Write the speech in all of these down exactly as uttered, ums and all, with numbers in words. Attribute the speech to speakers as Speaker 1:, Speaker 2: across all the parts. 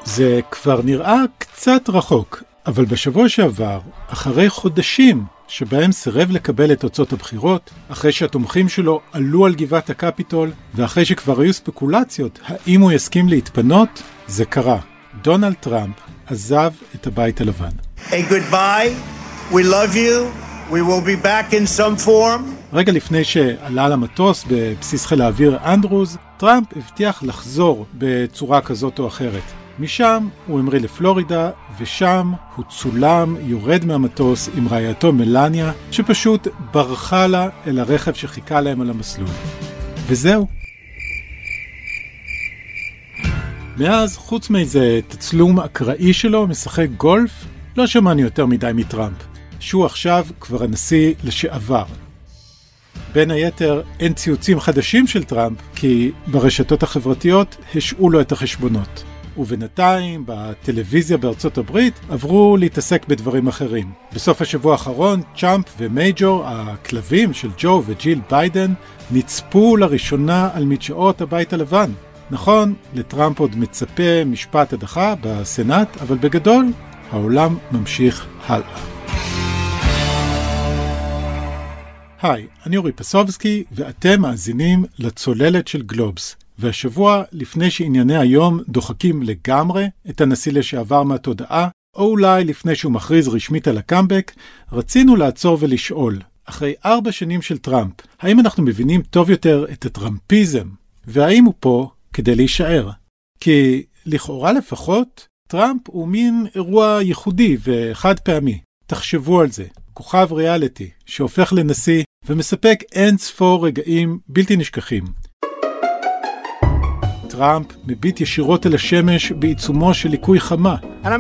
Speaker 1: זה כבר נראה קצת רחוק, אבל בשבוע שעבר, אחרי חודשים שבהם סירב לקבל את תוצאות הבחירות, אחרי שהתומכים שלו עלו על גבעת הקפיטול, ואחרי שכבר היו ספקולציות האם הוא יסכים להתפנות, זה קרה. דונלד טראמפ עזב את הבית הלבן.
Speaker 2: A goodbye, we love you, we will be back in some form.
Speaker 1: רגע לפני שעלה למטוס בבסיס חיל האוויר אנדרוס, טראמפ הבטיח לחזור בצורה כזאת או אחרת. משם הוא המריא לפלורידה, ושם הוא צולם יורד מהמטוס עם רעייתו מלניה, שפשוט ברחה לה אל הרכב שחיכה להם על המסלול. וזהו. מאז, חוץ מאיזה תצלום אקראי שלו, משחק גולף, לא שמענו יותר מדי מטראמפ, שהוא עכשיו כבר הנשיא לשעבר. בין היתר, אין ציוצים חדשים של טראמפ, כי ברשתות החברתיות השעו לו את החשבונות. ובינתיים, בטלוויזיה בארצות הברית, עברו להתעסק בדברים אחרים. בסוף השבוע האחרון, צ'אמפ ומייג'ור, הכלבים של ג'ו וג'יל ביידן, נצפו לראשונה על מדשאות הבית הלבן. נכון, לטראמפ עוד מצפה משפט הדחה בסנאט, אבל בגדול, העולם ממשיך הלאה. היי, אני אורי פסובסקי, ואתם מאזינים לצוללת של גלובס. והשבוע, לפני שענייני היום דוחקים לגמרי את הנשיא לשעבר מהתודעה, או אולי לפני שהוא מכריז רשמית על הקאמבק, רצינו לעצור ולשאול, אחרי ארבע שנים של טראמפ, האם אנחנו מבינים טוב יותר את הטראמפיזם, והאם הוא פה כדי להישאר? כי לכאורה לפחות, טראמפ הוא מין אירוע ייחודי וחד פעמי. תחשבו על זה, כוכב ריאליטי שהופך לנשיא ומספק אין ספור רגעים בלתי נשכחים. טראמפ מביט ישירות אל השמש בעיצומו של ליקוי חמה.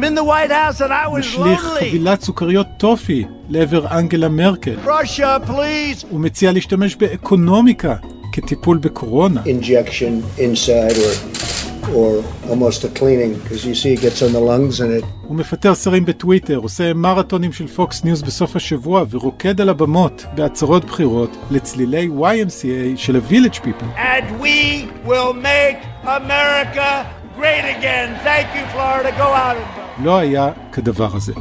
Speaker 1: משליך חבילת סוכריות טופי לעבר אנגלה מרקל.
Speaker 2: Russia, please.
Speaker 1: הוא מציע להשתמש באקונומיקה כטיפול בקורונה.
Speaker 2: Injection inside or or almost a cleaning because you see it gets on the lungs and it.
Speaker 1: הוא מפטר שרים בטוויטר, עושה מרתונים של פוקס ניוז בסוף השבוע ורוקד על הבמות בהצהרות בחירות לצלילי וואי אם סי איי של ה-Village People.
Speaker 2: And we will make America great again. Thank you, Florida. Go out and vote.
Speaker 1: לא היה כדבר הזה.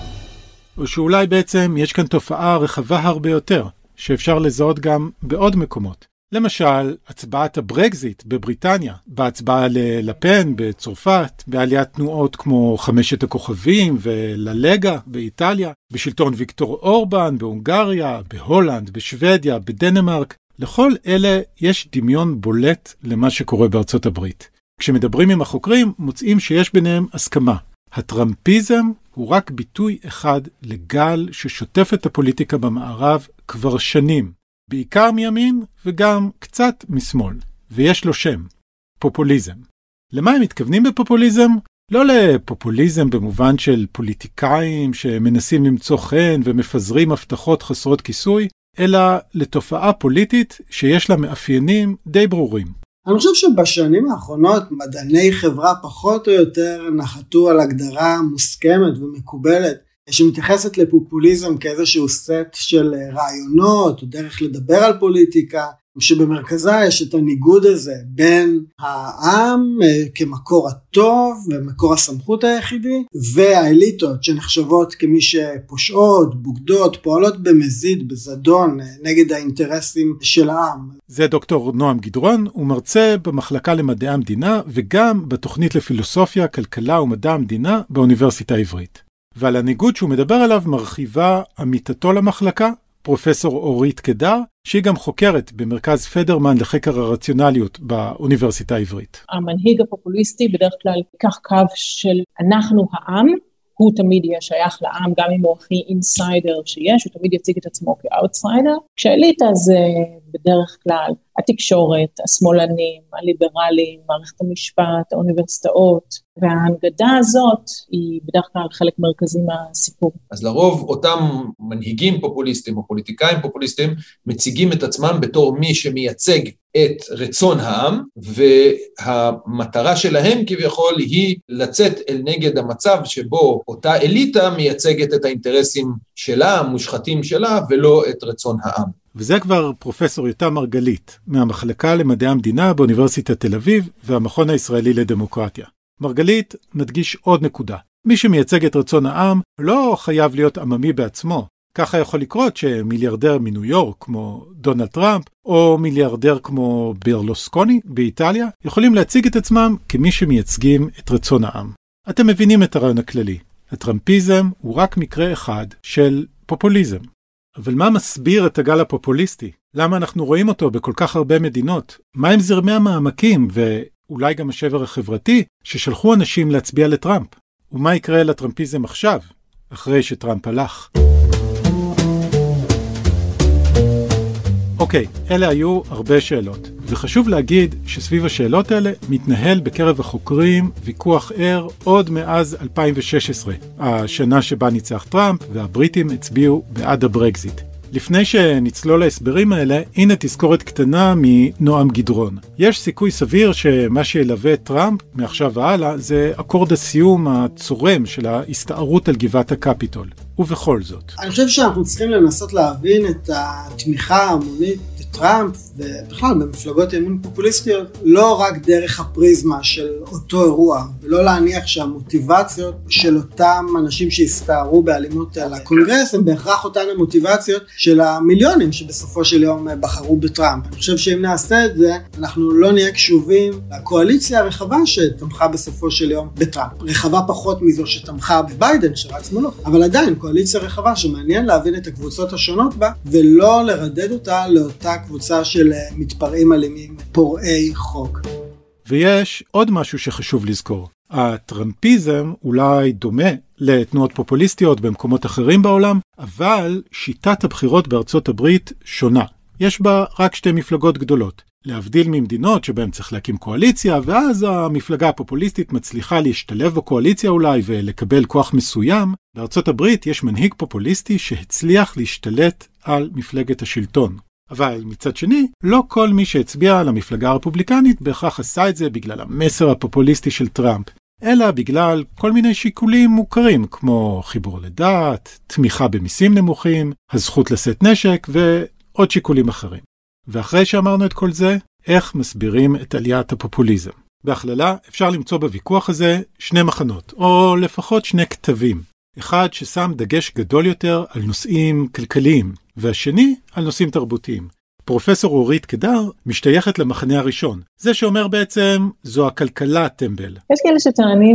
Speaker 1: או שאולי בעצם יש כאן תופעה רחבה הרבה יותר, שאפשר לזהות גם בעוד מקומות. למשל, הצבעת הברקזיט בבריטניה, בהצבעה ללפן בצרפת, בעליית תנועות כמו חמשת הכוכבים וללגה באיטליה, בשלטון ויקטור אורבן בהונגריה, בהולנד, בשוודיה, בדנמרק. לכל אלה יש דמיון בולט למה שקורה בארצות הברית. כשמדברים עם החוקרים, מוצאים שיש ביניהם הסכמה. הטראמפיזם הוא רק ביטוי אחד לגל ששוטף את הפוליטיקה במערב כבר שנים. בעיקר מימין וגם קצת משמאל, ויש לו שם, פופוליזם. למה הם מתכוונים בפופוליזם? לא לפופוליזם במובן של פוליטיקאים שמנסים למצוא חן ומפזרים הבטחות חסרות כיסוי, אלא לתופעה פוליטית שיש לה מאפיינים די ברורים.
Speaker 3: אני חושב שבשנים האחרונות מדעני חברה פחות או יותר נחתו על הגדרה מוסכמת ומקובלת, שמתייחסת לפופוליזם כאיזשהו סט של רעיונות או דרך לדבר על פוליטיקה, שבמרכזה יש את הניגוד הזה בין העם כמקור הטוב ומקור הסמכות היחידי, והאליטות שנחשבות כמי שפושעות, בוגדות, פועלות במזיד, בזדון, נגד האינטרסים של העם.
Speaker 1: זה דוקטור נועם גדרון, הוא מרצה במחלקה למדעי המדינה וגם בתוכנית לפילוסופיה, כלכלה ומדע המדינה באוניברסיטה העברית. ועל הניגוד שהוא מדבר עליו מרחיבה עמיתתו למחלקה, פרופסור אורית קדר, שהיא גם חוקרת במרכז פדרמן לחקר הרציונליות באוניברסיטה העברית.
Speaker 4: המנהיג הפופוליסטי בדרך כלל ייקח קו של אנחנו העם, הוא תמיד יהיה שייך לעם, גם אם הוא הכי אינסיידר שיש, הוא תמיד יציג את עצמו כאוטסיידר. כשאליטה זה בדרך כלל התקשורת, השמאלנים, הליברלים, מערכת המשפט, האוניברסיטאות, וההנגדה הזאת היא בדרך כלל חלק מרכזי מהסיפור.
Speaker 5: אז לרוב אותם מנהיגים פופוליסטים או פוליטיקאים פופוליסטים מציגים את עצמם בתור מי שמייצג את רצון העם, והמטרה שלהם כביכול היא לצאת אל נגד המצב שבו אותה אליטה מייצגת את האינטרסים שלה, המושחתים שלה, ולא את רצון העם.
Speaker 1: וזה כבר פרופסור יותם מרגלית, מהמחלקה למדעי המדינה באוניברסיטת תל אביב והמכון הישראלי לדמוקרטיה. מרגלית מדגיש עוד נקודה. מי שמייצג את רצון העם לא חייב להיות עממי בעצמו. ככה יכול לקרות שמיליארדר מניו יורק כמו דונלד טראמפ או מיליארדר כמו ברלוסקוני באיטליה יכולים להציג את עצמם כמי שמייצגים את רצון העם. אתם מבינים את הרעיון הכללי. הטראמפיזם הוא רק מקרה אחד של פופוליזם. אבל מה מסביר את הגל הפופוליסטי? למה אנחנו רואים אותו בכל כך הרבה מדינות? מה הם זרמי המעמקים ואולי גם השבר החברתי ששלחו אנשים להצביע לטראמפ? ומה יקרה לטראמפיזם עכשיו, אחרי שטראמפ הלך? אוקיי, אלה היו הרבה שאלות, וחשוב להגיד שסביב השאלות האלה מתנהל בקרב החוקרים ויכוח ער עוד מאז אלפיים ושש עשרה, השנה שבה ניצח טראמפ והבריטים הצביעו בעד הברקזיט. לפני שנצלול להסברים האלה, הנה תזכורת קטנה מנועם גדרון. יש סיכוי סביר שמה שילווה את טראמפ מעכשיו והלאה זה אקורד הסיום הצורם של ההסתערות על גבעת הקפיטול. ובכל זאת.
Speaker 3: אני חושב שאנחנו צריכים לנסות להבין את התמיכה ההמונית בטראמפ ובכלל במפלגות ימין פופוליסטיות לא רק דרך הפריזמה של אותו אירוע, ולא להניח שהמוטיבציות של אותם אנשים שהסתערו באלימות על הקונגרס הם בהכרח אותן המוטיבציות של המיליונים שבסופו של יום בחרו בטראמפ. אני חושב שאם נעשה את זה, אנחנו לא נהיה קשובים לקואליציה הרחבה שתמכה בסופו של יום בטראמפ. רחבה פחות מזו שתמכה בביידן שרץ מולו, אבל עדיין קואליציה רחבה שמעניין להבין את הקבוצות השונות בה, ולא לרדד אותה לאותה קבוצה של מתפרעים אלימים, פורעי חוק.
Speaker 1: ויש עוד משהו שחשוב לזכור. הטראמפיזם אולי דומה לתנועות פופוליסטיות במקומות אחרים בעולם, אבל שיטת הבחירות בארצות הברית שונה. יש בה רק שתי מפלגות גדולות. להבדיל ממדינות שבהן צריך להקים קואליציה, ואז המפלגה הפופוליסטית מצליחה להשתלב בקואליציה אולי ולקבל כוח מסוים. בארצות הברית יש מנהיג פופוליסטי שהצליח להשתלט על מפלגת השלטון. אבל מצד שני, לא כל מי שהצביע על המפלגה הרפובליקנית בהכרח עשה את זה בגלל המסר הפופוליסטי של טראמפ, אלא בגלל כל מיני שיקולים מוכרים, כמו חיבור לדת, תמיכה במיסים נמוכים, הזכות לשאת נשק ועוד שיקולים אחרים. ואחרי שאמרנו את כל זה, איך מסבירים את עליית הפופוליזם? בהכללה אפשר למצוא בוויכוח הזה שני מחנות, או לפחות שני כתבים. אחד ששם דגש גדול יותר על נושאים כלכליים, והשני על נושאים תרבותיים. פרופסור אורית קדר משתייכת למחנה הראשון. זה שאומר בעצם, זו הכלכלה הטמבל.
Speaker 4: יש כאלה שטוענים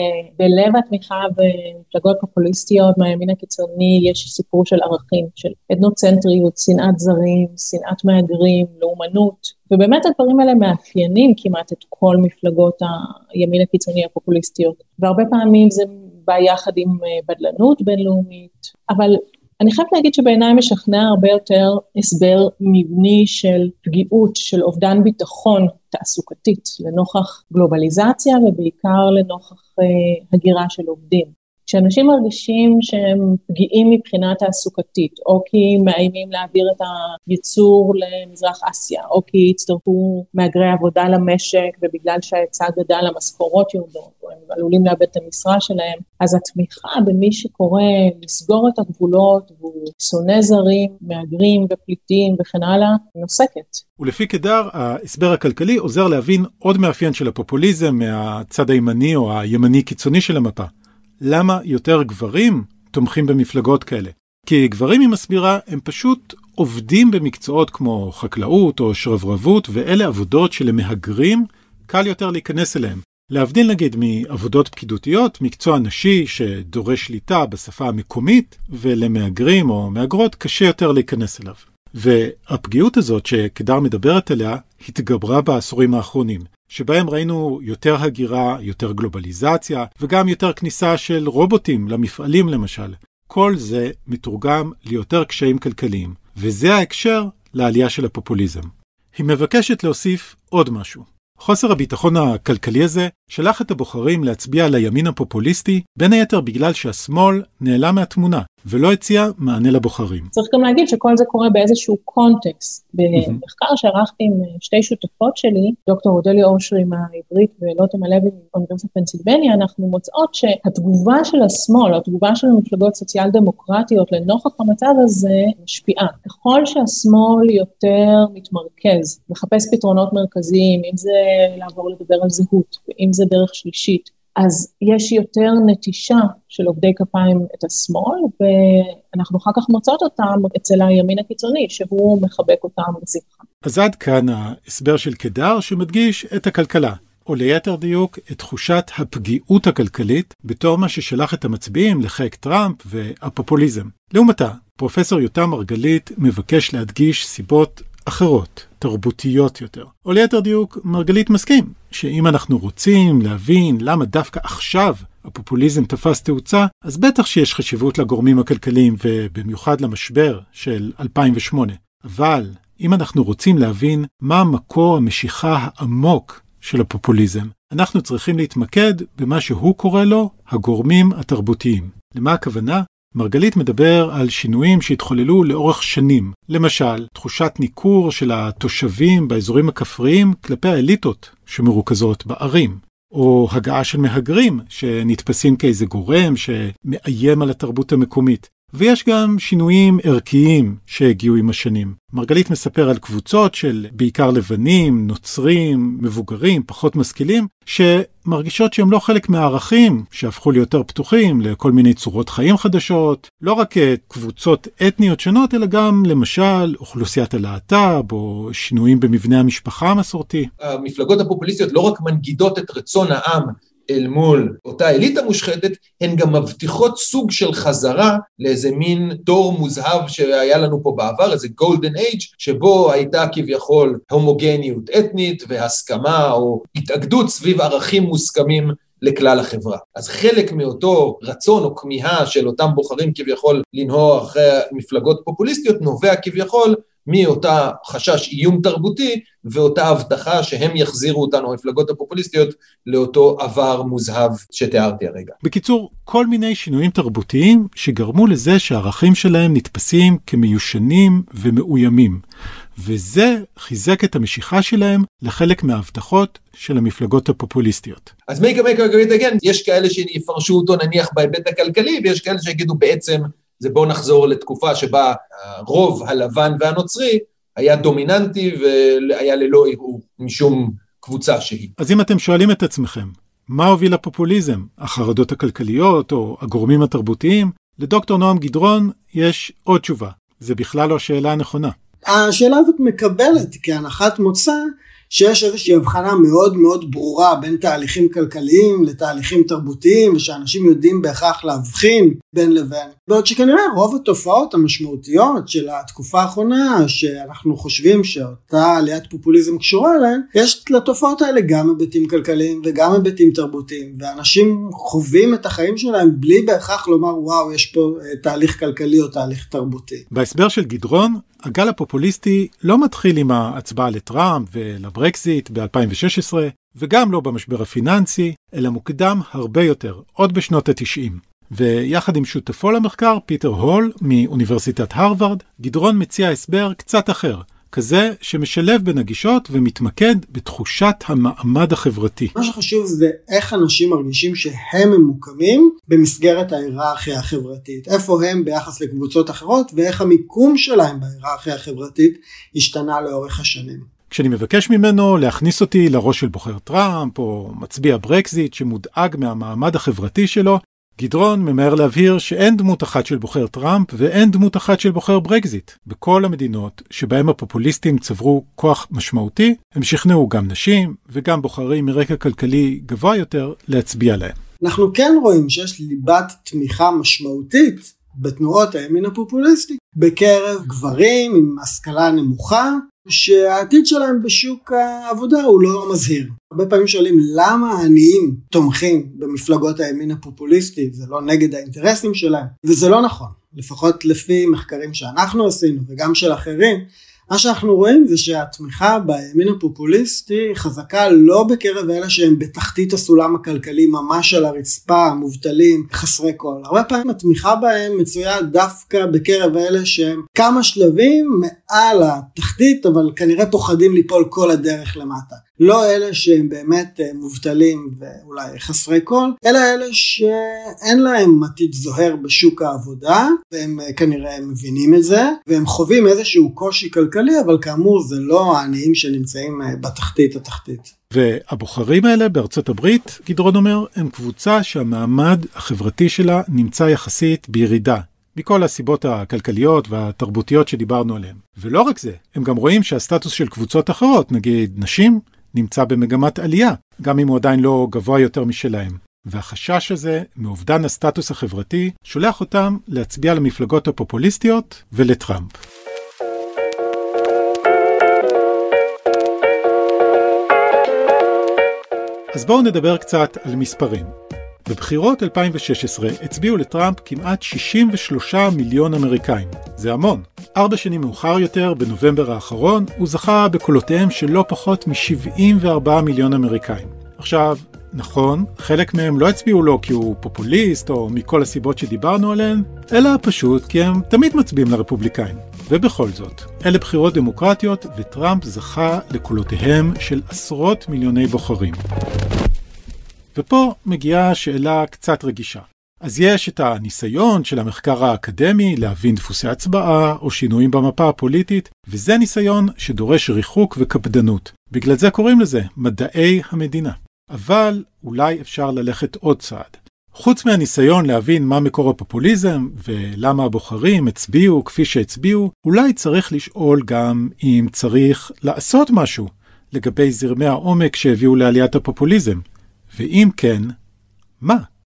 Speaker 4: שבלב התמיכה במפלגות פופוליסטיות מהימין הקיצוני יש סיפור של ערכים, של אתנוצנטריות, שנאת זרים, שנאת מהגרים, לאומנות, ובאמת הדברים האלה מאפיינים כמעט את כל מפלגות הימין הקיצוני הפופוליסטיות. והרבה פעמים זה בא יחד עם בדלנות בינלאומית, אבל אני חייבת להגיד שבעיניי משכנע הרבה יותר הסבר מבני של פגיעות, של אובדן ביטחון תעסוקתית, לנוכח גלובליזציה ובעיקר לנוכח אה, הגירה של עובדים. כשאנשים מרגישים שהם פגיעים מבחינה תעסוקתית, או כי מאיימים להעביר את הייצור למזרח אסיה, או כי הצטרפו מהגרי עבודה למשק, ובגלל שההיצע גדל המשכורות יורדות, או הם עלולים לאבד את המשרה שלהם, אז התמיכה במי שקורא לסגור את הגבולות, והוא שונא זרים, מהגרים ופליטים וכן הלאה, נוסקת.
Speaker 1: ולפי קדר, ההסבר הכלכלי עוזר להבין עוד מאפיין של הפופוליזם מהצד הימני או הימני קיצוני של המפה. למה יותר גברים תומכים במפלגות כאלה? כי גברים, היא מסבירה, הם פשוט עובדים במקצועות כמו חקלאות או שרברבות, ואלה עבודות שלמהגרים קל יותר להיכנס אליהם. להבדיל נגיד מעבודות פקידותיות, מקצוע נשי שדורש שליטה בשפה המקומית, ולמהגרים או מהגרות קשה יותר להיכנס אליו. והפגיעות הזאת שקדר מדברת עליה התגברה בעשורים האחרונים, שבהם ראינו יותר הגירה, יותר גלובליזציה, וגם יותר כניסה של רובוטים למפעלים למשל. כל זה מתורגם ליותר קשיים כלכליים, וזה ההקשר לעלייה של הפופוליזם. היא מבקשת להוסיף עוד משהו. חוסר הביטחון הכלכלי הזה שלח את הבוחרים להצביע על הימין הפופוליסטי, בין היתר בגלל שהשמאל נעלם מהתמונה, ולא הציע מענה לבוחרים.
Speaker 4: צריך גם להגיד שכל זה קורה באיזשהו קונטקסט. במחקר שערכתי עם שתי שותפות שלי, דוקטור אודליה אושרי מהעברית ולוטם הלוי מאוניברסיטת פנסילבניה, אנחנו מוצאות שהתגובה של השמאל, התגובה של המפלגות סוציאל דמוקרטיות לנוכח המצב הזה משפיעה. ככל שהשמאל יותר מתמרכז, מחפש פתרונות מרכזיים, אם זה לעבור לדבר על זהות, ואם זה דרך שלישית, אז יש יותר נטישה של עובדי כפיים את השמאל, ואנחנו אחר כך מוצאות אותם אצל הימין הקיצוני, שהוא מחבק אותם בשמחה.
Speaker 1: אז עד כאן ההסבר של קדר שמדגיש את הכלכלה, או ליתר דיוק את תחושת הפגיעות הכלכלית, בתור מה ששלח את המצביעים לחיק טראמפ והפופוליזם. לעומתה, פרופסור יותם מרגלית מבקש להדגיש סיבות אחרות, תרבותיות יותר. או ליתר דיוק, מרגלית מסכים שאם אנחנו רוצים להבין למה דווקא עכשיו הפופוליזם תפס תאוצה, אז בטח שיש חשיבות לגורמים הכלכליים ובמיוחד למשבר של אלפיים ושמונה. אבל אם אנחנו רוצים להבין מה מקור המשיכה העמוק של הפופוליזם, אנחנו צריכים להתמקד במה שהוא קורא לו הגורמים התרבותיים. למה הכוונה? מרגלית מדבר על שינויים שהתחוללו לאורך שנים. למשל, תחושת ניכור של התושבים באזורים הכפריים כלפי האליטות שמרוכזות בערים, או הגעה של מהגרים שנתפסים כאיזה גורם שמאיים על התרבות המקומית. ויש גם שינויים ערכיים שהגיעו עם השנים. מרגלית מספר על קבוצות של בעיקר לבנים, נוצרים, מבוגרים, פחות משכילים, שמרגישות שהם לא חלק מהערכים שהפכו ליותר פתוחים לכל מיני צורות חיים חדשות, לא רק קבוצות אתניות שונות, אלא גם למשל אוכלוסיית הלהט"ב או שינויים במבנה המשפחה המסורתי.
Speaker 5: המפלגות הפופוליסטיות לא רק מנגידות את רצון העם אל מול אותה אליטה מושחתת, הן גם מבטיחות סוג של חזרה לאיזה מין דור מוזהב שהיה לנו פה בעבר, איזה גולדן אייג' שבו הייתה כביכול הומוגניות אתנית והסכמה או התאגדות סביב ערכים מוסכמים לכלל החברה. אז חלק מאותו רצון או כמיהה של אותם בוחרים כביכול לנהור אחרי מפלגות פופוליסטיות נובע כביכול מאותה חשש איום תרבותי ואותה הבטחה שהם יחזירו אותנו, המפלגות הפופוליסטיות, לאותו עבר מוזהב שתיארתי הרגע.
Speaker 1: בקיצור, כל מיני שינויים תרבותיים שגרמו לזה שהערכים שלהם נתפסים כמיושנים ומאוימים. וזה חיזק את המשיכה שלהם לחלק מההבטחות של המפלגות הפופוליסטיות.
Speaker 5: אז make a make a great again, יש כאלה שיפרשו אותו נניח בהיבט הכלכלי, ויש כאלה שיגידו בעצם זה בוא נחזור לתקופה שבה הרוב הלבן והנוצרי היה דומיננטי והיה ללא ערעור משום קבוצה שהיא.
Speaker 1: אז אם אתם שואלים את עצמכם, מה הוביל לפופוליזם? החרדות הכלכליות או הגורמים התרבותיים? לדוקטור נועם גדרון יש עוד תשובה. זה בכלל לא השאלה הנכונה.
Speaker 3: השאלה הזאת מקבלת כהנחת מוצא שיש איזושהי הבחנה מאוד מאוד ברורה בין תהליכים כלכליים לתהליכים תרבותיים, ושאנשים יודעים בהכרח להבחין בין לבין. בעוד שכנראה רוב התופעות המשמעותיות של התקופה האחרונה, שאנחנו חושבים שאותה עליית פופוליזם קשורה אליהן, יש לתופעות האלה גם היבטים כלכליים וגם היבטים תרבותיים, ואנשים חווים את החיים שלהם בלי בהכרח לומר וואו, יש פה תהליך כלכלי או תהליך תרבותי.
Speaker 1: בהסבר של גדרון, הגל הפופוליסטי לא מתחיל עם ההצבעה לטראמפ ולברקזיט ב-אלפיים ושש עשרה, וגם לא במשבר הפיננסי, אלא מוקדם הרבה יותר, עוד בשנות ה-תשעים. ויחד עם שותפו למחקר, פיטר הול, מאוניברסיטת הרווארד, גדרון מציע הסבר קצת אחר, כזה שמשלב בין הגישות ומתמקד בתחושת המעמד החברתי.
Speaker 3: מה שחשוב זה איך אנשים מרגישים שהם ממוקמים במסגרת ההיררכיה החברתית. איפה הם ביחס לקבוצות אחרות ואיך המיקום שלהם בהיררכיה החברתית השתנה לאורך השנים.
Speaker 1: כשאני מבקש ממנו להכניס אותי לראש של בוחר טראמפ או מצביע ברקזיט שמודאג מהמעמד החברתי שלו, גדרון ממהר להבהיר שאין דמות אחת של בוחר טראמפ ואין דמות אחת של בוחר ברקזיט. בכל המדינות שבהם הפופוליסטים צברו כוח משמעותי, הם שכנעו גם נשים וגם בוחרים מרקע כלכלי גבוה יותר להצביע להם.
Speaker 3: אנחנו כן רואים שיש ליבת תמיכה משמעותית בתנועות הימין הפופוליסטי בקרב גברים עם השכלה נמוכה, שהעתיד שלהם בשוק העבודה הוא לא מזהיר. הרבה פעמים שואלים למה העניים תומכים במפלגות הימין הפופוליסטי, זה לא נגד האינטרסים שלהם, וזה לא נכון. לפחות לפי מחקרים שאנחנו עשינו וגם של אחרים, מה שאנחנו רואים זה שהתמיכה בימין הפופוליסטי חזקה לא בקרב אלה שהם בתחתית הסולם הכלכלי, ממש על הרצפה, מובטלים, חסרי כל. הרבה פעמים התמיכה בהם מצויה דווקא בקרב אלה שהם כמה שלבים מעל התחתית, אבל כנראה פוחדים ליפול כל הדרך למטה. לא אלה שהם באמת מובטלים ואולי חסרי קול, אלא אלה שאין להם עתיד זוהר בשוק העבודה, והם כנראה מבינים את זה, והם חווים איזשהו קושי כלכלי, אבל כאמור זה לא העניים שנמצאים בתחתית התחתית.
Speaker 1: והבוחרים האלה בארצות הברית, גדרון אומר, הם קבוצה שהמעמד החברתי שלה נמצא יחסית בירידה. מכל הסיבות הכלכליות והתרבותיות שדיברנו עליהן. ולא רק זה, הם גם רואים שהסטטוס של קבוצות אחרות, נגיד נשים, נמצא במגמת עלייה, גם אם הוא עדיין לא גבוה יותר משלהם. והחשש הזה, מאובדן הסטטוס החברתי, שולח אותם להצביע למפלגות הפופוליסטיות ולטראמפ. אז בואו נדבר קצת על מספרים. בבחירות אלפיים ושש עשרה הצביעו לטראמפ כמעט שישים ושלושה מיליון אמריקאים. זה המון. ארבע שנים מאוחר יותר, בנובמבר האחרון, הוא זכה בקולותיהם של לא פחות מ-שבעים וארבעה מיליון אמריקאים. עכשיו, נכון, חלק מהם לא הצביעו לו כי הוא פופוליסט או מכל הסיבות שדיברנו עליהן, אלא פשוט כי הם תמיד מצביעים לרפובליקאים. ובכל זאת, אלה בחירות דמוקרטיות וטראמפ זכה לקולותיהם של עשרות מיליוני בוחרים. ופה מגיעה שאלה קצת רגישה. אז יש את הניסיון של המחקר האקדמי להבין דפוסי הצבעה או שינויים במפה הפוליטית, וזה ניסיון שדורש ריחוק וקפדנות. בגלל זה קוראים לזה מדעי המדינה. אבל אולי אפשר ללכת עוד צעד. חוץ מהניסיון להבין מה מקור הפופוליזם ולמה הבוחרים הצביעו כפי שהצביעו, אולי צריך לשאול גם אם צריך לעשות משהו לגבי זרמי העומק שהביאו לעליית הפופוליזם. ואם כן, מה?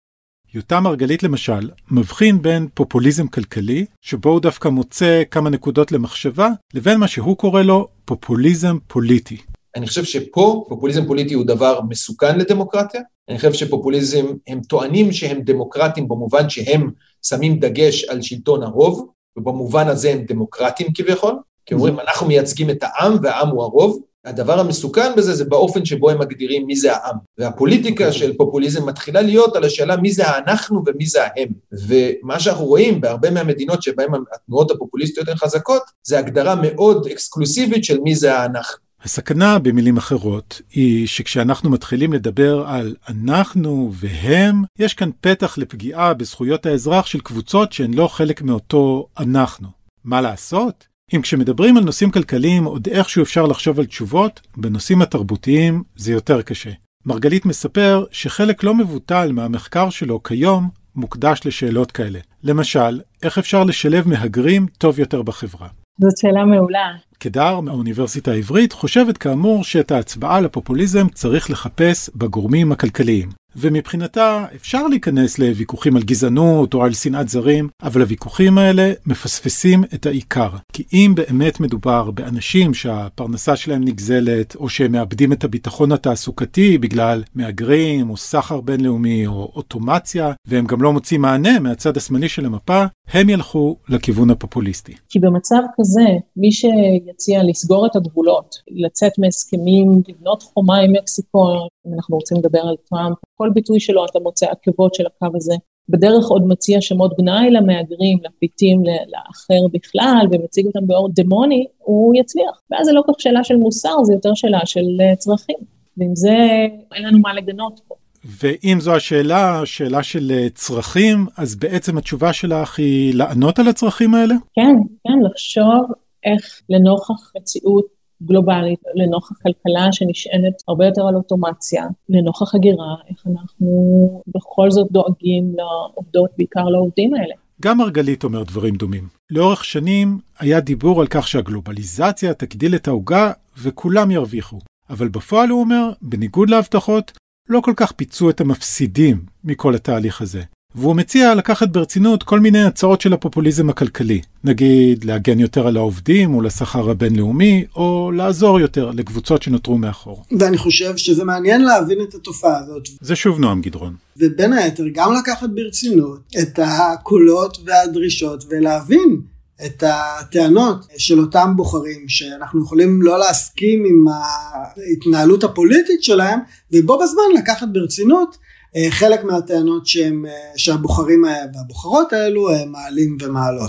Speaker 1: יותם מרגלית למשל מבחין בין פופוליזם כלכלי, שבו הוא דווקא מוצא כמה נקודות למחשבה, לבין מה שהוא קורא לו פופוליזם פוליטי.
Speaker 5: אני חושב שפה פופוליזם פוליטי הוא דבר מסוכן לדמוקרטיה. אני חושב שפופוליזם הם טוענים שהם דמוקרטים במובן שהם שמים דגש על שלטון הרוב, ובמובן הזה הם דמוקרטים כביכול, כי אומרים אנחנו מייצגים את העם והעם הוא הרוב. הדבר המסוכן בזה זה באופן שבו הם מגדירים מי זה העם. והפוליטיקה של פופוליזם מתחילה להיות על השאלה מי זה האנחנו ומי זה ההם. ומה שאנחנו רואים בהרבה מהמדינות שבהן התנועות הפופוליסטיות הן חזקות, זה הגדרה מאוד אקסקלוסיבית של מי זה האנחנו.
Speaker 1: הסכנה במילים אחרות היא שכשאנחנו מתחילים לדבר על אנחנו והם, יש כאן פתח לפגיעה בזכויות האזרח של קבוצות שהן לא חלק מאותו אנחנו. מה לעשות? אם כשמדברים על נושאים כלכליים עוד איכשהו אפשר לחשוב על תשובות, בנושאים התרבותיים זה יותר קשה. מרגלית מספר שחלק לא מבוטל מהמחקר שלו כיום מוקדש לשאלות כאלה. למשל, איך אפשר לשלב מהגרים טוב יותר בחברה?
Speaker 4: זאת שאלה מעולה.
Speaker 1: קדר מהאוניברסיטה העברית חושבת כאמור שאת ההצבעה לפופוליזם צריך לחפש בגורמים הכלכליים. ומבחינתה אפשר להיכנס לוויכוחים על גזענות או על שנאת זרים, אבל הוויכוחים האלה מפספסים את העיקר. כי אם באמת מדובר באנשים שהפרנסה שלהם נגזלת, או שהם מאבדים את הביטחון התעסוקתי בגלל מהגרים או סחר בינלאומי או אוטומציה, והם גם לא מוצאים מענה מהצד השמאלי של המפה, הם ילכו לכיוון הפופוליסטי.
Speaker 4: כי במצב כזה, מי שיציע לסגור את הגבולות, לצאת מהסכמים, לבנות חומה עם מקסיקו, אם אנחנו רוצים לדבר על טראמפ, כל ביטוי שלו אתה מוצא עקבות של הקו הזה, בדרך עוד מציע שמות גנאי למהגרים, לפליטים, לאחר בכלל, ומציג אותם באור דמוני, הוא יצליח. ואז זה לא כך שאלה של מוסר, זה יותר שאלה של צרכים. ועם זה אין לנו מה לגנות פה.
Speaker 1: ואם זו השאלה, שאלה של צרכים, אז בעצם התשובה שלך היא לענות על הצרכים האלה?
Speaker 4: כן, כן, לחשוב איך לנוכח מציאות גלובלית, לנוכח כלכלה שנשענת הרבה יותר על אוטומציה, לנוכח הגירה, איך אנחנו בכל זאת דואגים לעובדות, בעיקר לעובדים האלה.
Speaker 1: גם מרגלית אומר דברים דומים. לאורך שנים היה דיבור על כך שהגלובליזציה תגדיל את העוגה וכולם ירוויחו. אבל בפועל הוא אומר, בניגוד להבטחות, לא כל כך פיצו את המפסידים מכל התהליך הזה. והוא מציע לקחת ברצינות כל מיני הצעות של הפופוליזם הכלכלי. נגיד, להגן יותר על העובדים או לשכר הבינלאומי, או לעזור יותר לקבוצות שנותרו מאחור.
Speaker 3: ואני חושב שזה מעניין להבין את התופעה הזאת.
Speaker 1: זה שוב נועם גדרון.
Speaker 3: ובין היתר גם לקחת ברצינות את הקולות והדרישות, ולהבין את הטענות של אותם בוחרים, שאנחנו יכולים לא להסכים עם ההתנהלות הפוליטית שלהם, ובו בזמן לקחת ברצינות חלק מהטענות שהם, שהבוחרים והבוחרות האלו מעלים ומעלות.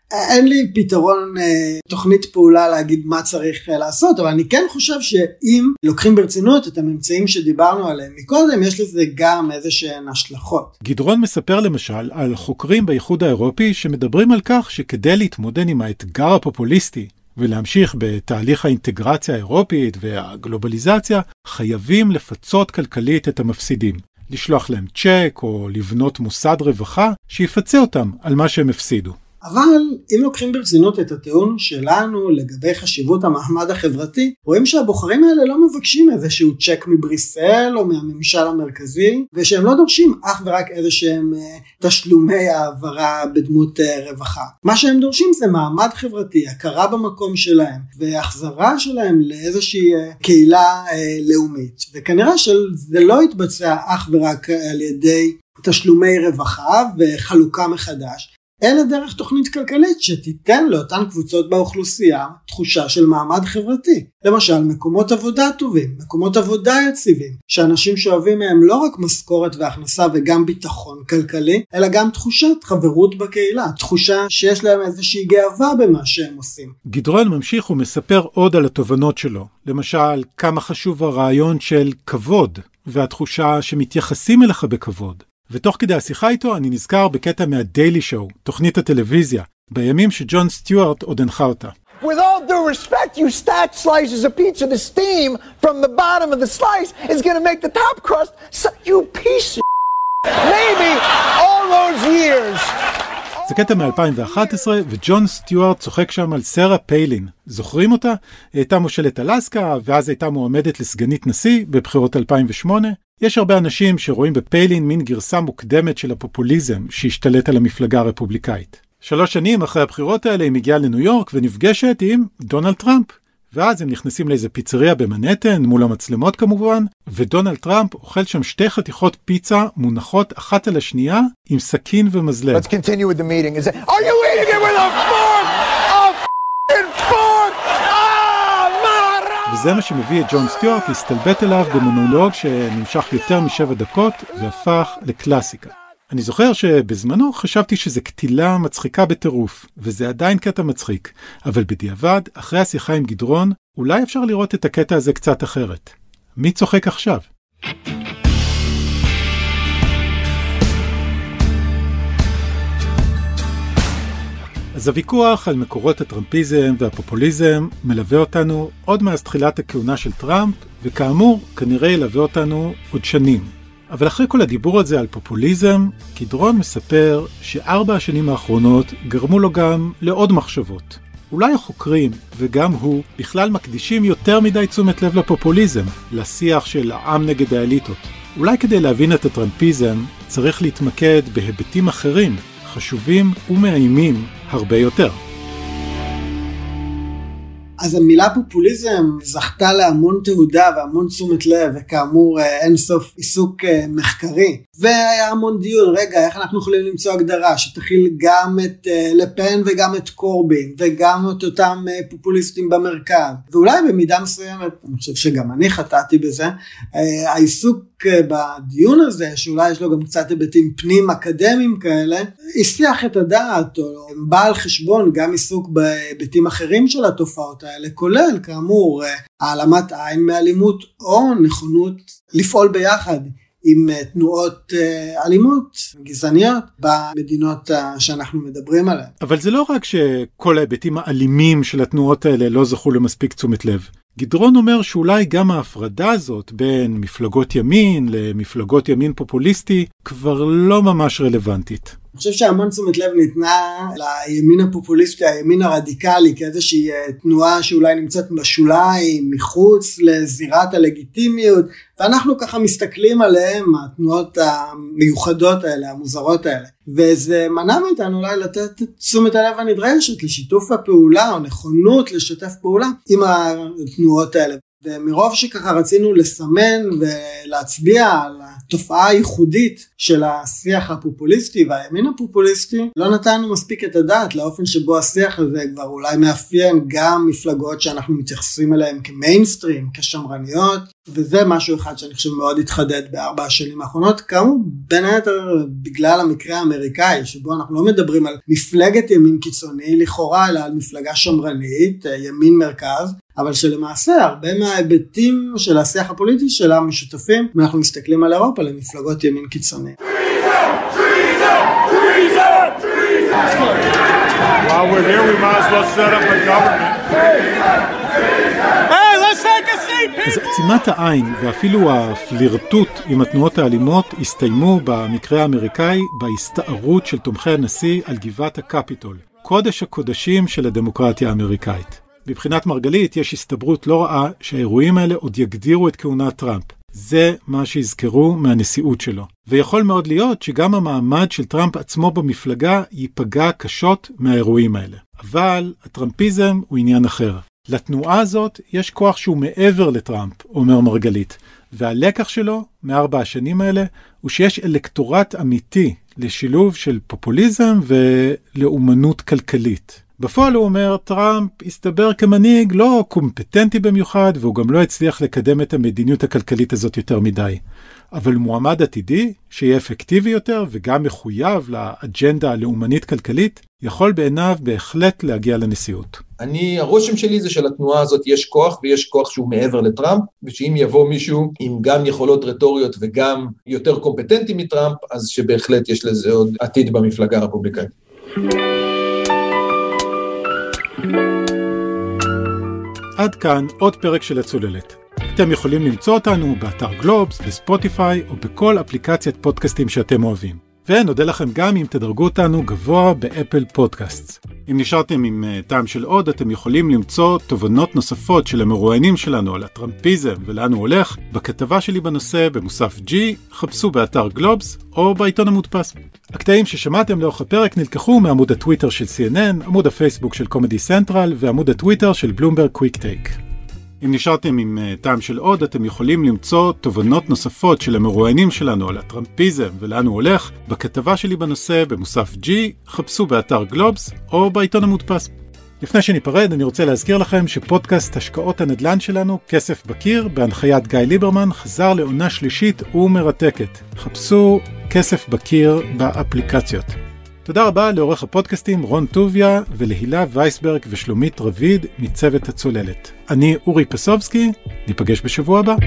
Speaker 3: אין לי פתרון תוכנית פעולה להגיד מה צריך לעשות, אבל אני כן חושב שאם לוקחים ברצינות את הממצאים שדיברנו עליהם מקודם, יש לזה גם איזה שהן השלכות.
Speaker 1: גדרון מספר למשל על חוקרים באיחוד האירופי שמדברים על כך שכדי להתמודד עם האתגר הפופוליסטי ולהמשיך בתהליך האינטגרציה האירופית והגלובליזציה, חייבים לפצות כלכלית את המפסידים. לשלוח להם צ'ק או לבנות מוסד רווחה שיפצה אותם על מה שהם הפסידו.
Speaker 3: אבל אם לוקחים ברצינות את הטיעון שלנו לגבי חשיבות המעמד החברתי, רואים שהבוחרים האלה לא מבקשים איזשהו צ'ק מבריסל או מהממשל המרכזי, ושהם לא דורשים אך ורק איזשהם תשלומי העברה בדמות רווחה. מה שהם דורשים זה מעמד חברתי, הכרה במקום שלהם, והחזרה שלהם לאיזושהי קהילה לאומית. וכנראה שזה לא יתבצע אך ורק על ידי תשלומי רווחה וחלוקה מחדש, אלא דרך תוכנית כלכלית שתיתן לאותן קבוצות באוכלוסייה תחושה של מעמד חברתי. למשל, מקומות עבודה טובים, מקומות עבודה יציבים, שאנשים שואבים מהם לא רק משכורת והכנסה וגם ביטחון כלכלי, אלא גם תחושת חברות בקהילה, תחושה שיש להם איזושהי גאווה במה שהם עושים.
Speaker 1: גדרון ממשיך ומספר עוד על התובנות שלו. למשל, כמה חשוב הרעיון של כבוד, והתחושה שמתייחסים אליך בכבוד. ותוך כדי השיחה איתו אני נזכר בקטע מהדיילי שואו, תוכנית הטלוויזיה, בימים שג'ון סטיוארט עוד הנחה אותה.
Speaker 6: With all due respect, you stack slices of pizza. The steam from the bottom of the slice is going to make the top crust. So you piece of maybe all those years.
Speaker 1: זה קטע מ-אלפיים ואחת עשרה, וג'ון סטיוארט צוחק שם על סרה פיילין. זוכרים אותה? היא הייתה מושלת אלסקה, ואז הייתה מועמדת לסגנית נשיא בבחירות אלפיים ושמונה. יש הרבה אנשים שרואים בפיילין מין גרסה מוקדמת של הפופוליזם שהשתלט על המפלגה הרפובליקאית. שלוש שנים אחרי הבחירות האלה היא מגיעה לניו יורק ונפגשת עם דונלד טראמפ. ואז הם נכנסים לאיזה פיצריה במנהטן, מול המצלמות כמובן, ודונלד טראמפ אוכל שם שתי חתיכות פיצה מונחות אחת על השנייה עם סכין ומזלג.
Speaker 6: Let's continue with the meeting. Is it, are you eating it with a fork? A f***ing fork?
Speaker 1: וזה מה שמביא את ג'ון סטיוארט להסתלבט אליו במונולוג שנמשך יותר משבע דקות והפך לקלאסיקה. אני זוכר שבזמנו חשבתי שזה קטילה מצחיקה בטירוף, וזה עדיין קטע מצחיק, אבל בדיעבד, אחרי השיחה עם גדרון, אולי אפשר לראות את הקטע הזה קצת אחרת. מי צוחק עכשיו? אז הוויכוח על מקורות הטראמפיזם והפופוליזם מלווה אותנו עוד מאז תחילת הכהונה של טראמפ, וכאמור, כנראה ילווה אותנו עוד שנים. אבל אחרי כל הדיבור הזה על פופוליזם, גדרון מספר שארבע השנים האחרונות גרמו לו גם לעוד מחשבות. אולי החוקרים, וגם הוא, בכלל מקדישים יותר מדי תשומת לב לפופוליזם, לשיח של העם נגד האליטות. אולי כדי להבין את הטראמפיזם, צריך להתמקד בהיבטים אחרים, חשובים ומאיימים הרבה יותר.
Speaker 3: אז המילה פופוליזם זכתה להמון תהודה והמון תשומת לב, וכאמור אין סוף עיסוק מחקרי. והיה המון דיון, רגע, איך אנחנו יכולים למצוא הגדרה שתכיל גם את לפן וגם את קורבין, וגם את אותם פופוליסטים במרכז. ואולי במידה מסוימת, אני חושב שגם אני חטאתי בזה, העיסוק בדיון הזה, שאולי יש לו גם קצת היבטים פנים אקדמיים כאלה, הסיח את הדעת, או בא על חשבון גם עיסוק בהיבטים אחרים של התופעות האלה, כולל כאמור העלמת עין מאלימות, או נכונות לפעול ביחד עם תנועות אלימות, גזעניות, במדינות שאנחנו מדברים עליהן.
Speaker 1: אבל זה לא רק שכל ההיבטים האלימים של התנועות האלה לא זכו למספיק תשומת לב. גדרון אומר שאולי גם ההפרדה הזאת בין מפלגות ימין למפלגות ימין פופוליסטי כבר לא ממש רלוונטית.
Speaker 3: אני חושב שהמון תשומת לב ניתנה לימין הפופוליסטי, הימין הרדיקלי, כאיזושהי תנועה שאולי נמצאת בשוליים, מחוץ לזירת הלגיטימיות, ואנחנו ככה מסתכלים עליהם, התנועות המיוחדות האלה, המוזרות האלה. וזה מנע מאיתנו אולי לתת תשומת הלב הנדרשת לשיתוף הפעולה, או נכונות לשתף פעולה עם התנועות האלה. ומרוב שככה רצינו לסמן ולהצביע על התופעה הייחודית של השיח הפופוליסטי והימין הפופוליסטי, לא נתנו מספיק את הדעת לאופן שבו השיח הזה כבר אולי מאפיין גם מפלגות שאנחנו מתייחסים אליהן כמיינסטרים, כשמרניות, וזה משהו אחד שאני חושב מאוד התחדד בארבע השנים האחרונות, כאמור בין היתר בגלל המקרה האמריקאי, שבו אנחנו לא מדברים על מפלגת ימין קיצוני לכאורה, אלא על מפלגה שמרנית, ימין מרכז, אבל שלמעשה הרבה מההיבטים של השיח הפוליטי שלה משותפים, ואנחנו מסתכלים על אירופה למפלגות ימין קיצוני.
Speaker 2: While we're here, we might as well set up a government. Hey, let's take a seat, people!
Speaker 1: אז עצימת העין ואפילו הפלירטוט עם התנועות האלימות הסתיימו במקרה האמריקאי בהסתערות של תומכי הנשיא על גבעת הקפיטול, קודש הקודשים של הדמוקרטיה האמריקאית. מבחינת מרגלית יש הסתברות לא רעה שהאירועים האלה עוד יגדירו את כהונת טראמפ. זה מה שיזכרו מהנשיאות שלו. ויכול מאוד להיות שגם המעמד של טראמפ עצמו במפלגה ייפגע קשות מהאירועים האלה. אבל הטראמפיזם הוא עניין אחר. לתנועה הזאת יש כוח שהוא מעבר לטראמפ, אומר מרגלית. והלקח שלו מארבע השנים האלה הוא שיש אלקטורט אמיתי לשילוב של פופוליזם ולאומנות כלכלית. בפועל הוא אומר, טראמפ הסתבר כמנהיג לא קומפטנטי במיוחד, והוא גם לא הצליח לקדם את המדיניות הכלכלית הזאת יותר מדי. אבל מועמד עתידי, שיהיה אפקטיבי יותר וגם מחויב לאג'נדה הלאומנית כלכלית, יכול בעיניו בהחלט להגיע לנשיאות.
Speaker 5: אני, הרושם שלי זה שלתנועה הזאת יש כוח, ויש כוח שהוא מעבר לטראמפ, ושאם יבוא מישהו עם גם יכולות רטוריות וגם יותר קומפטנטי מטראמפ, אז שבהחלט יש לזה עוד עתיד במפלגה הרפובליקאית.
Speaker 1: עד כאן עוד פרק של הצוללת. אתם יכולים למצוא אותנו באתר גלובס, בספוטיפיי או בכל אפליקציית פודקאסטים שאתם אוהבים. ונודה לכם גם אם תדרגו אותנו גבוה באפל פודקאסטס. אם נשארתם עם טעם של עוד, אתם יכולים למצוא תובנות נוספות של המרואיינים שלנו על הטראמפיזם ולאן הוא הולך בכתבה שלי בנושא במוסף G, חפשו באתר גלובס או בעיתון המודפס. הקטעים ששמעתם לאורך הפרק נלקחו מעמוד הטוויטר של סי אן אן, עמוד הפייסבוק של קומדי סנטרל ועמוד הטוויטר של בלומברג קוויק טייק. אם נשארתם עם טעם של עוד, אתם יכולים למצוא תובנות נוספות של המרואיינים שלנו על הטראמפיזם ולאן הוא הולך בכתבה שלי בנושא במוסף G, חפשו באתר גלובס או בעיתון המודפס. לפני שניפרד, אני רוצה להזכיר לכם שפודקאסט השקעות הנדל"ן שלנו, כסף בקיר, בהנחיית גיא ליברמן, חזר לעונה שלישית ומרתקת. חפשו כסף בקיר באפליקציות. תודה רבה לעורך הפודקאסטים רון טוביה ולהילה וייסברג ושלומית רביד מצוות הצוללת. אני אורי פסובסקי, ניפגש בשבוע הבא.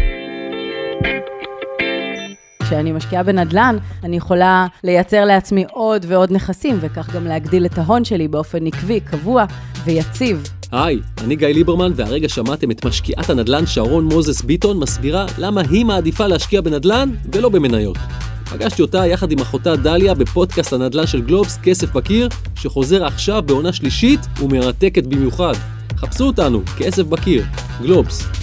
Speaker 7: כשאני משקיעה בנדל"ן, אני יכולה לייצר לעצמי עוד ועוד נכסים, וכך גם להגדיל את ההון שלי באופן עקבי, קבוע ויציב.
Speaker 8: היי, אני גיא ליברמן, והרגע שמעתם את משקיעת הנדל"ן שרון מוזס ביטון מסבירה למה היא מעדיפה להשקיע בנדל"ן ולא במניות. פגשתי אותה יחד עם אחותה דליה בפודקאסט הנדל"ן של גלובס, כסף בקיר, שחוזר עכשיו בעונה שלישית ומרתקת במיוחד. חפשו אותנו, כסף בקיר, גלובס.